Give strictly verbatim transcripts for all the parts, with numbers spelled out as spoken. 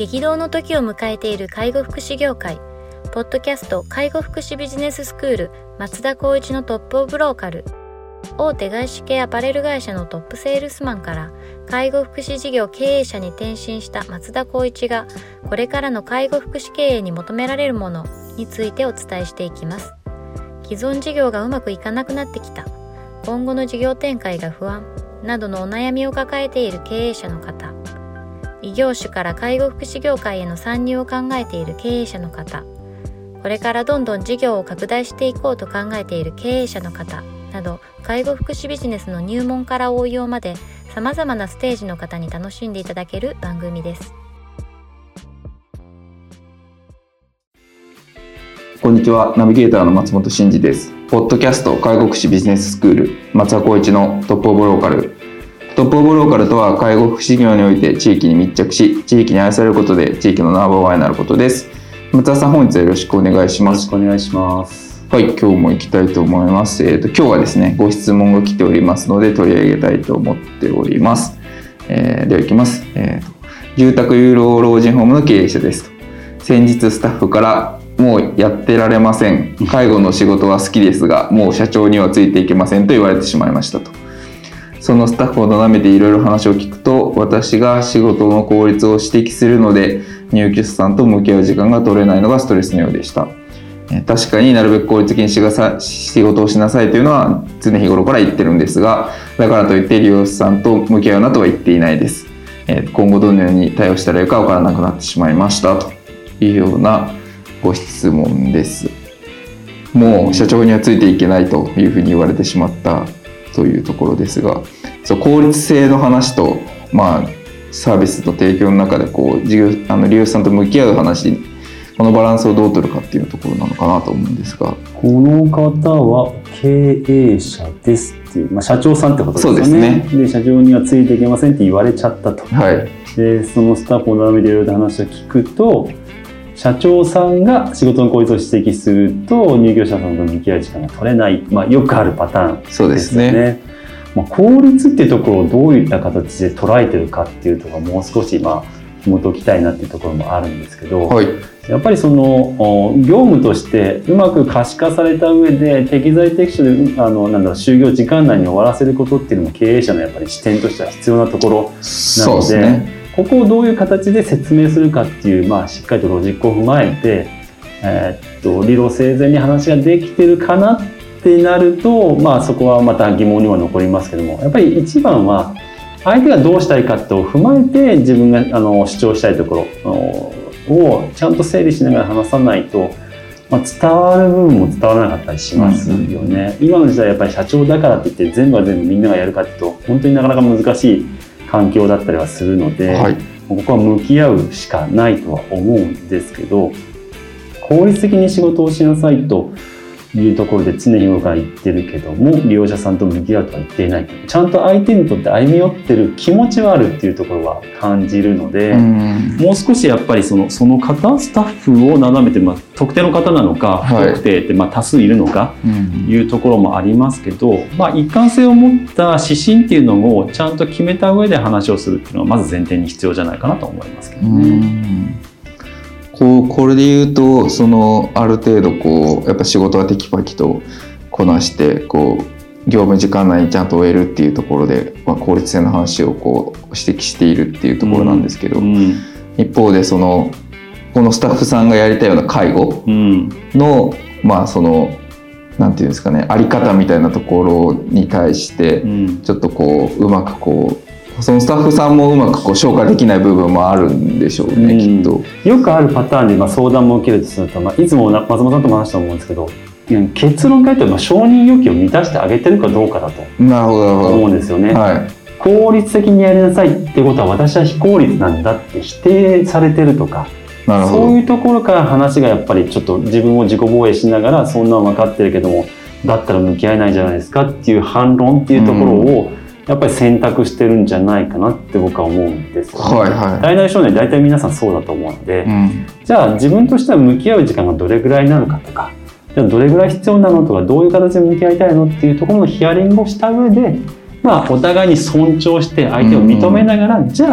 激動の時を迎えている介護福祉業界。ポッドキャスト介護福祉ビジネススクール松田光一のトップオブローカル。大手外資系アパレル会社のトップセールスマンから介護福祉事業経営者に転身した松田光一が、これからの介護福祉経営に求められるものについてお伝えしていきます。既存事業がうまくいかなくなってきた、今後の事業展開が不安などのお悩みを抱えている経営者の方、異業種から介護福祉業界への参入を考えている経営者の方、これからどんどん事業を拡大していこうと考えている経営者の方など、介護福祉ビジネスの入門から応用まで様々なステージの方に楽しんでいただける番組です。 こんにちは、ナビゲーターの松本真嗣です。ポッドキャスト介護福祉ビジネススクール松田光一のトップオブローカル。トップオブローカルとは、介護福祉業において地域に密着し、地域に愛されることで地域のナンバーワンになることです。松田さん、本日はよろしくお願いします。 よろしくお願いします。 はい、今日も行きたいと思います。えーと、今日はですね、ご質問が来ておりますので取り上げたいと思っております。えー、では行きます。えーと、住宅有料老人ホームの経営者ですと。先日スタッフからもうやってられません。介護の仕事は好きですが、もう社長にはついていけませんと言われてしまいましたと。そのスタッフを眺めていろいろ話を聞くと、私が仕事の効率を指摘するので、入居者さんと向き合う時間が取れないのがストレスのようでした。確かになるべく効率的に仕事をしなさいというのは常日頃から言ってるんですが、だからといって利用者さんと向き合うなとは言っていないです。今後どのように対応したらいいか分からなくなってしまいましたというようなご質問です。もう社長にはついていけないというふうに言われてしまったというところですが、そう効率性の話と、まあ、サービスの提供の中でこう事業あの利用者さんと向き合う話、このバランスをどう取るかっていうところなのかなと思うんですが、 この方は経営者ですっていう、まあ、社長さんってことですよね。 そうですね。 で、社長にはついていけませんって言われちゃったと、 はい、 でそのスタッフを並べていろいろと話を聞くと、社長さんが仕事の効率を指摘すると入居者さんと向き合う時間が取れない、まあ、よくあるパターンですよね。 そうですね。 まあ、効率っていうところをどういった形で捉えてるかっていうところをもう少しまあ紐解きたいなっていうところもあるんですけど、 はい、 やっぱりその業務としてうまく可視化された上で適材適所であのなんだろう就業時間内に終わらせることっていうのも経営者のやっぱり視点としては必要なところなので、 そうですね、 ここをどういう形で説明するかっていう、まあ、しっかりとロジックを踏まえて、えー、っと理路整然に話ができてるかなってなると、まあ、そこはまた疑問には残りますけども、やっぱり一番は相手がどうしたいかってを踏まえて自分があの主張したいところをちゃんと整理しながら話さないと、まあ、伝わる部分も伝わらなかったりしますよね、うん、今の時代やっぱり社長だからって言って全部は全部みんながやるかっていうと本当になかなか難しい環境だったりはするので、はい、ここは向き合うしかないとは思うんですけど、効率的に仕事をしなさいというところで常日頃から言ってるけども、利用者さんと向き合うとは言っていない。ちゃんと相手にとって歩み寄ってる気持ちはあるっていうところは感じるので、うんもう少しやっぱりその、その方スタッフを眺めて、まあ、特定の方なのか、はい、不特定ってまあ多数いるのかいうところもありますけど、まあ、一貫性を持った指針っていうのをちゃんと決めた上で話をするっていうのはまず前提に必要じゃないかなと思いますけどね。うんこうこれで言うと、そのある程度こうやっぱ仕事はテキパキとこなしてこう業務時間内にちゃんと終えるっていうところで、まあ、効率性の話をこう指摘しているっていうところなんですけど、うん、一方でそのこのスタッフさんがやりたいような介護の、うん、まあそのなんていうんですかね、あり方みたいなところに対してちょっとこううまくこうそのスタッフさんもうまくこう消化できない部分もあるんでしょうね、うん、きっと。 よくあるパターンで、まあ、相談も受けるとすると、まあ、いつも松本さんとも話したと思うんですけど、結論から言うと、まあ、承認欲求を満たしてあげてるかどうかだと思うんですよね。はい、効率的にやりなさいってことは私は非効率なんだって否定されてるとか、そういうところから話がやっぱりちょっと自分を自己防衛しながら、そんなの分かってるけどもだったら向き合えないじゃないですかっていう反論っていうところを、うんやっぱり選択してるんじゃないかなって僕は思うんですよね。はいはい、大なり小なり大体皆さんそうだと思うので、うん、じゃあ自分としては向き合う時間がどれぐらいなのかとか、じゃあどれぐらい必要なのとか、どういう形で向き合いたいのっていうところのヒアリングをした上で、まあ、お互いに尊重して相手を認めながら、うん、じゃあ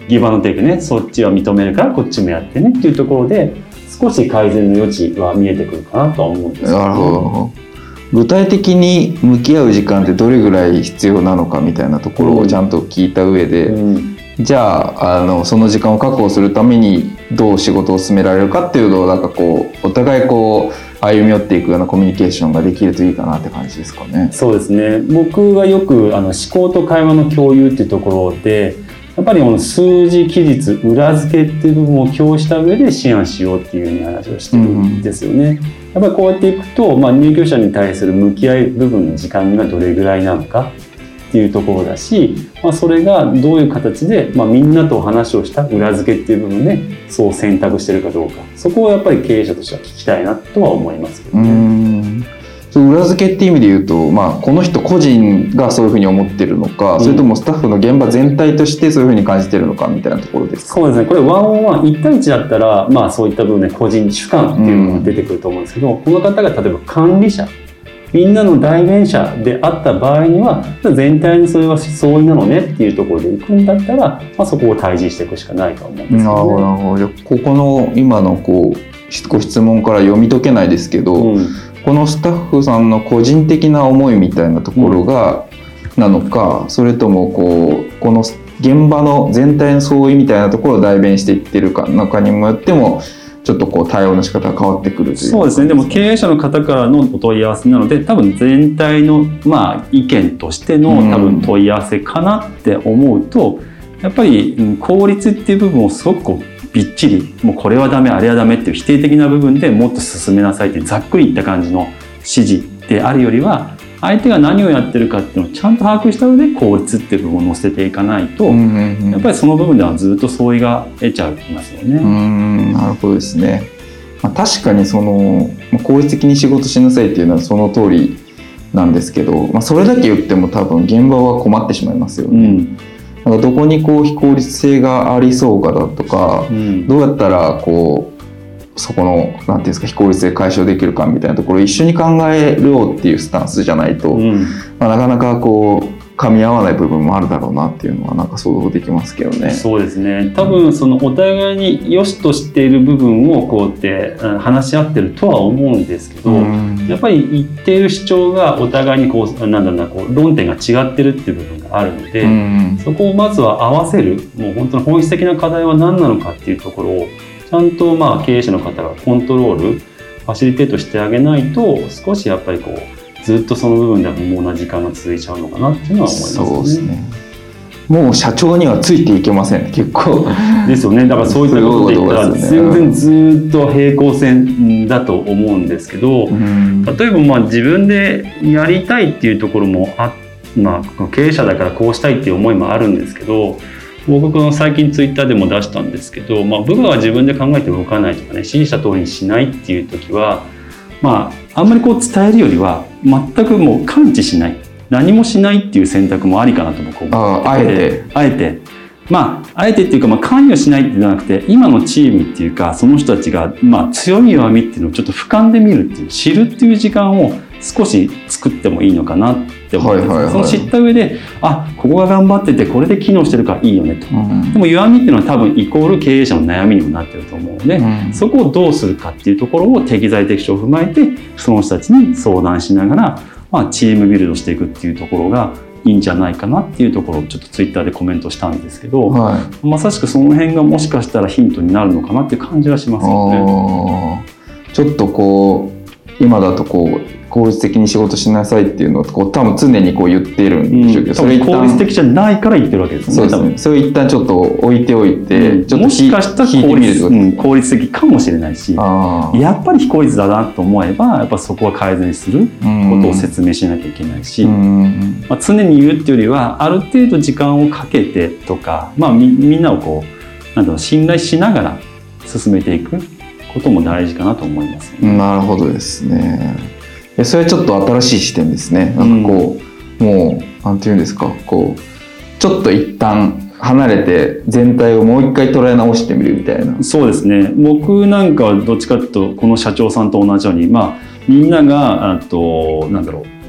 ギバのテイクね、そっちは認めるからこっちもやってねっていうところで少し改善の余地は見えてくるかなとは思うんですけど、ね、 なるほど。具体的に向き合う時間ってどれぐらい必要なのかみたいなところをちゃんと聞いた上で、うん、じゃあ、あのその時間を確保するためにどう仕事を進められるかっていうのをなんかこうお互いこう歩み寄っていくようなコミュニケーションができるといいかなって感じですかね。 そうですね。僕がよくあの思考と会話の共有っていうところでやっぱりこの数字期日裏付けっていう部分を共有した上で思案しようっていうふうに話をしてるんですよね、うん、やっぱりこうやっていくと、まあ、入居者に対する向き合い部分の時間がどれぐらいなのかっていうところだし、まあ、それがどういう形で、まあ、みんなと話をした裏付けっていう部分でそう選択してるかどうか、そこをやっぱり経営者としては聞きたいなとは思いますけどね。うーん、 裏付けっていう意味で言うと、まあ、この人個人がそういうふうに思ってるのか、うん、それともスタッフの現場全体としてそういうふうに感じてるのかみたいなところですか。 そうですね。これワンオンワンいち対いちだったら、まあ、そういった部分で個人主観っていうのが出てくると思うんですけど、うん、この方が例えば管理者、みんなの代弁者であった場合には全体にそれは相違なのねっていうところで行くんだったら、まあ、そこを対峙していくしかないと思うんですよね。なるほど、なるほど。 ここの今のこうご質問から読み解けないですけど、うん、このスタッフさんの個人的な思いみたいなところがなのか、うん、それともこうこの現場の全体の相違みたいなところを代弁していってるかのかにもよってもちょっとこう対応の仕方が変わってくるという。 そうですね。でも経営者の方からのお問い合わせなので、多分全体のまあ意見としての多分問い合わせかなって思うと、やっぱり効率っていう部分をすごくこうびっちり、もうこれはダメあれはダメっていう否定的な部分でもっと進めなさいってざっくりいった感じの指示であるよりは、相手が何をやってるかっていうのをちゃんと把握した上で効率っていう部分を乗せていかないと、うんうんうん、やっぱりその部分ではずっと相違が得ちゃいますよね。 うーん、なるほどですね。まあ、確かにその効率的に仕事しなさいっていうのはその通りなんですけど、まあ、それだけ言っても多分現場は困ってしまいますよね、うん、なんかどこにこう非効率性がありそうかだとか、うん、どうやったらこうそこのなんていうんですか非効率性解消できるかみたいなところを一緒に考えようっていうスタンスじゃないと、うんまあ、なかなかこう噛み合わない部分もあるだろうなっていうのはなんか想像できますけどね。 そうですね。多分そのお互いに良しとしている部分をこうやって話し合ってるとは思うんですけど、うん、やっぱり言っている主張がお互いにこうなんだろうなこう論点が違ってるっていう部分があるので、うん、そこをまずは合わせる、もう本当に本質的な課題は何なのかっていうところをちゃんとまあ経営者の方がコントロールファシリテートしてあげないと、少しやっぱりこうずっとその部分では無謀な時間が続いちゃうのかなっていうのは思いますね。 そうですね。もう社長にはついていけません、結構ですよね。だからそういったことで言ったら全然ずっと平行線だと思うんですけど、うん、例えばまあ自分でやりたいっていうところもあ、まあ、経営者だからこうしたいっていう思いもあるんですけど、僕の最近ツイッターでも出したんですけど、まあ、部下が自分で考えて動かないとかね、指示した通りにしないっていう時は、まあ、あんまりこう伝えるよりは全くもう感知しない、何もしないっていう選択もありかなと僕は思って、あえてあえてまああえてっていうか、まあ関与しないってじゃなくて、今のチームっていうかその人たちがまあ強み弱みっていうのをちょっと俯瞰で見るっていう、知るっていう時間を少し作ってもいいのかなって思うんです、はいはいはい、その知った上で、あ、ここが頑張っててこれで機能してるからいいよねと、うん、でも弱みっていうのは多分イコール経営者の悩みにもなってると思うので、うん、そこをどうするかっていうところを適材適所を踏まえてその人たちに相談しながら、まあ、チームビルドしていくっていうところがいいんじゃないかなっていうところをちょっとツイッターでコメントしたんですけど、はい、まさしくその辺がもしかしたらヒントになるのかなっていう感じはしますよね。 ちょっとこう今だとこう効率的に仕事しなさいっていうのをこう多分常にこう言っているんでしょうけど、うん、それ一旦効率的じゃないから言ってるわけですね。 そうですね。それを一旦ちょっと置いておいて、うん、ちょっともしかしたら効率、うん、効率的かもしれないし、やっぱり非効率だなと思えばやっぱそこは改善することを説明しなきゃいけないし、うんまあ、常に言うっていうよりはある程度時間をかけてとか、まあ、み, みんなをこうなんだろう信頼しながら進めていくことも大事かなと思います、 ね。なるほどですね。それはちょっと新しい視点ですね。なんかこう、うん、もうなんていうんですか、こうちょっと一旦離れて全体をもう一回捉え直してみるみたいな。 そうですね。僕なんかはどっちかというとこの社長さんと同じように、まあみんながあとなんだろう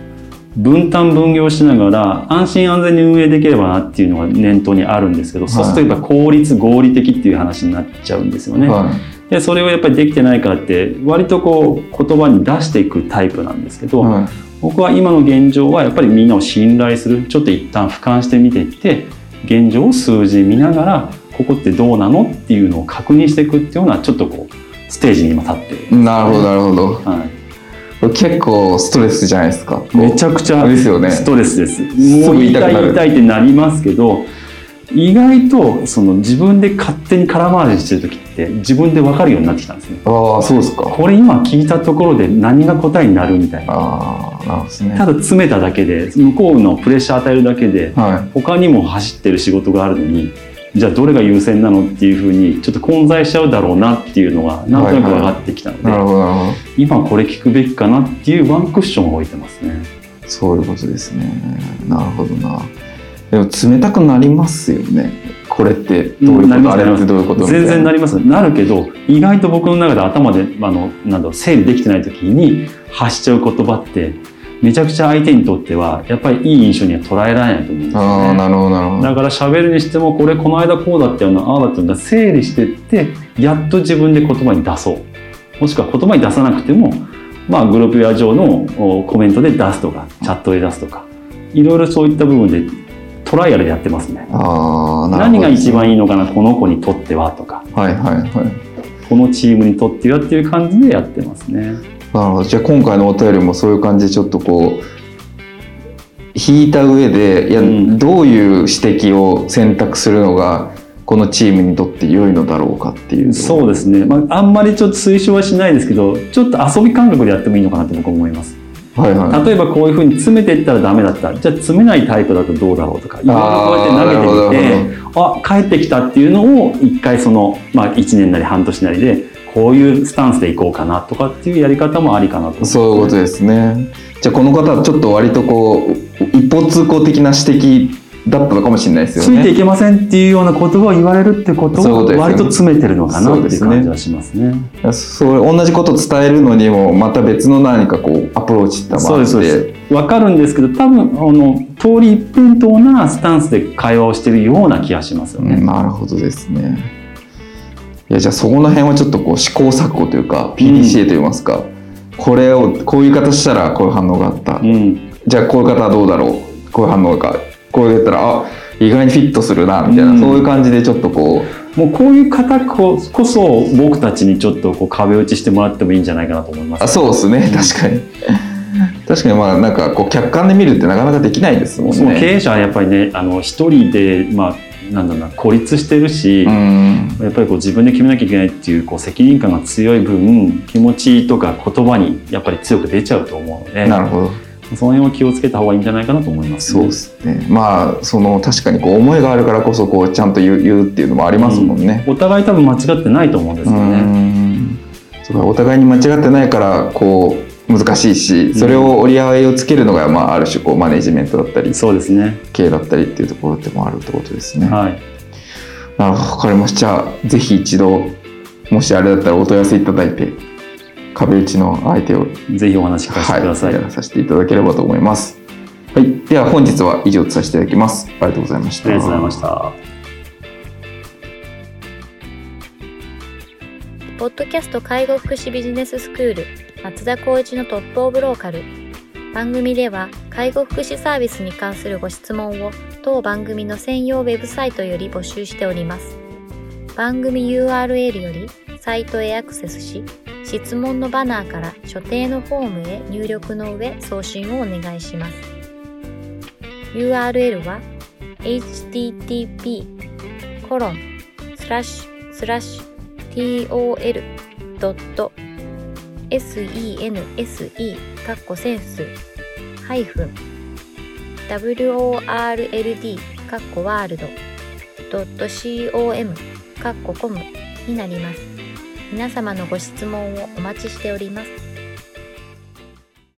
分担分業しながら安心安全に運営できればなっていうのが念頭にあるんですけど、はい、そうするとやっぱ効率合理的っていう話になっちゃうんですよね、はい、でそれをやっぱりできてないからって割とこう言葉に出していくタイプなんですけど、はい、僕は今の現状はやっぱりみんなを信頼する、ちょっと一旦俯瞰してみていって現状を数字見ながらここってどうなのっていうのを確認していくっていうようなちょっとこうステージに今立っている、ね、 なるほどなるほど、はい、結構ストレスじゃないですか。 めちゃくちゃストレスです。もう言いたい言いたいってなりますけど、意外とその自分で勝手に空回りしてる時って自分で分かるようになってきたんですね。 ああ、そうですか。 これ今聞いたところで何が答えになるみたいな。 ああ、なるほどですね。 ただ詰めただけで向こうのプレッシャー与えるだけで、はい、他にも走ってる仕事があるのに、じゃあどれが優先なのっていうふうにちょっと混在しちゃうだろうなっていうのがなんとなく分かってきたので、はいはい、なるほどなるほど、今これ聞くべきかなっていうワンクッションを置いてますね。 そういうことですね。なるほどな。でも冷たくなりますよね。これってどういうこと、うん、あれってどういうことみたいな。 全然なります。なるけど意外と僕の中で頭であのなんだろう整理できてない時に発しちゃう言葉ってめちゃくちゃ相手にとってはやっぱりいい印象には捉えられないと思うんですよね。 あ、なるほどなるほど。 だから喋るにしてもこれこの間こうだったよな、ああだったよな、整理してってやっと自分で言葉に出そう、もしくは言葉に出さなくても、まあ、グループや上のコメントで出すとかチャットで出すとか、いろいろそういった部分でトライアルでやってますね。 あ、なるほど。 何が一番いいのかなこの子にとってはとか、 はいはいはい、 このチームにとってはっていう感じでやってますね。 なるほど。じゃあ今回のお便りもそういう感じでちょっとこう引いた上で、いや、うん、どういう指摘を選択するのがこのチームにとって良いのだろうかっていう。 そうですね、まあ、あんまりちょっと推奨はしないですけど、ちょっと遊び感覚でやってもいいのかなと僕は思います。はいはい、例えばこういうふうに詰めていったらダメだった、じゃあ詰めないタイプだとどうだろうとか、いろいろこうやって投げてみて、あ、帰ってきたっていうのを一回その、まあ、いちねんなり半年なりでこういうスタンスでいこうかなとかっていうやり方もありかなと思います、ね。そういうことですね。 じゃあこの方はちょっと割とこう一方通行的な指摘だったのかもしれないですよね。 ついていけませんっていうような言葉を言われるってことを割と詰めてるのかなっていう感じはしますね。 それ同じことを伝えるのにもまた別の何かこうアプローチってそうですそうです。分かるんですけど、多分あの通り一辺倒なスタンスで会話をしているような気がしますよね、 うん、なるほどですね。いや、じゃあそこの辺はちょっとこう試行錯誤というか ピーディーシーエー といいますか、うん、これをこういう形したらこういう反応があった、うん、じゃあこういう方はどうだろう、こういう反応がこうやったらあ意外にフィットするなみたいな、うん、そういう感じでちょっとこうもうこういう方こそ僕たちにちょっとこう壁打ちしてもらってもいいんじゃないかなと思います、ね、 あ、そうですね、確かに確かに、まあなんかこう客観で見るってなかなかできないですもんね。 その経営者はやっぱりね、あの一人でまあなんだろうな、孤立してるし、うん、やっぱりこう自分で決めなきゃいけないっていうこう責任感が強い分、気持ちとか言葉にやっぱり強く出ちゃうと思うので、 なるほど、 その辺は気をつけた方がいいんじゃないかなと思います、 ね、そうですね。まあその確かにこう思いがあるからこそこうちゃんと言う、言うっていうのもありますもんね、 うん、お互い多分間違ってないと思うんですよね。うん、 そうか、お互いに間違ってないからこう難しいし、それを折り合いをつけるのが、まあ、ある種こうマネジメントだったり、 そうですね、 経営だったりっていうところでもあるってことですね。 はい、 なるほど、分かりました。じゃあぜひ一度もしあれだったらお問い合わせいただいて壁打ちの相手をぜひお話聞かせてください。 はい、やらさせていただければと思います。はい、では本日は以上とさせていただきます。ありがとうございました。 ありがとうございました。 ポッドキャスト介護福祉ビジネススクール松田光一のトップオブローカル。番組では介護福祉サービスに関するご質問を当番組の専用ウェブサイトより募集しております。番組 ユーアールエル よりサイトへアクセスし、質問のバナーから所定のフォームへ入力の上送信をお願いします。ユーアールエル は エイチティーティーピーコロンスラッシュスラッシュ tol ドット sense かっこセンスハイフン world かっこワールドドット com かっこコムになります。皆様のご質問をお待ちしております。